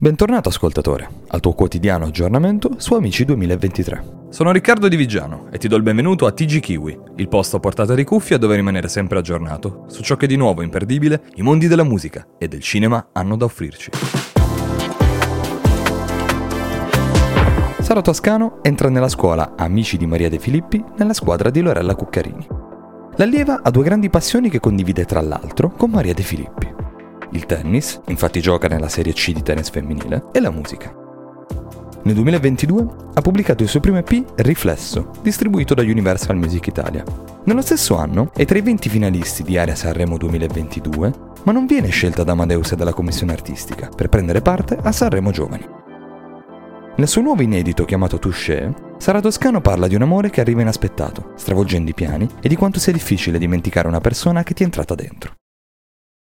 Bentornato ascoltatore, al tuo quotidiano aggiornamento su Amici 2023. Sono Riccardo Di Vigiano e ti do il benvenuto a TG Kiwi, il posto a portata di cuffia dove rimanere sempre aggiornato su ciò che di nuovo imperdibile i mondi della musica e del cinema hanno da offrirci. Sara Toscano entra nella scuola Amici di Maria De Filippi nella squadra di Lorella Cuccarini. L'allieva ha due grandi passioni che condivide tra l'altro con Maria De Filippi. Il tennis, infatti gioca nella Serie C di tennis femminile, e la musica. Nel 2022 ha pubblicato il suo primo EP Riflesso, distribuito da Universal Music Italia. Nello stesso anno è tra i 20 finalisti di Area Sanremo 2022, ma non viene scelta da Amadeus e dalla commissione artistica per prendere parte a Sanremo Giovani. Nel suo nuovo inedito chiamato Touché, Sara Toscano parla di un amore che arriva inaspettato, stravolgendo i piani e di quanto sia difficile dimenticare una persona che ti è entrata dentro.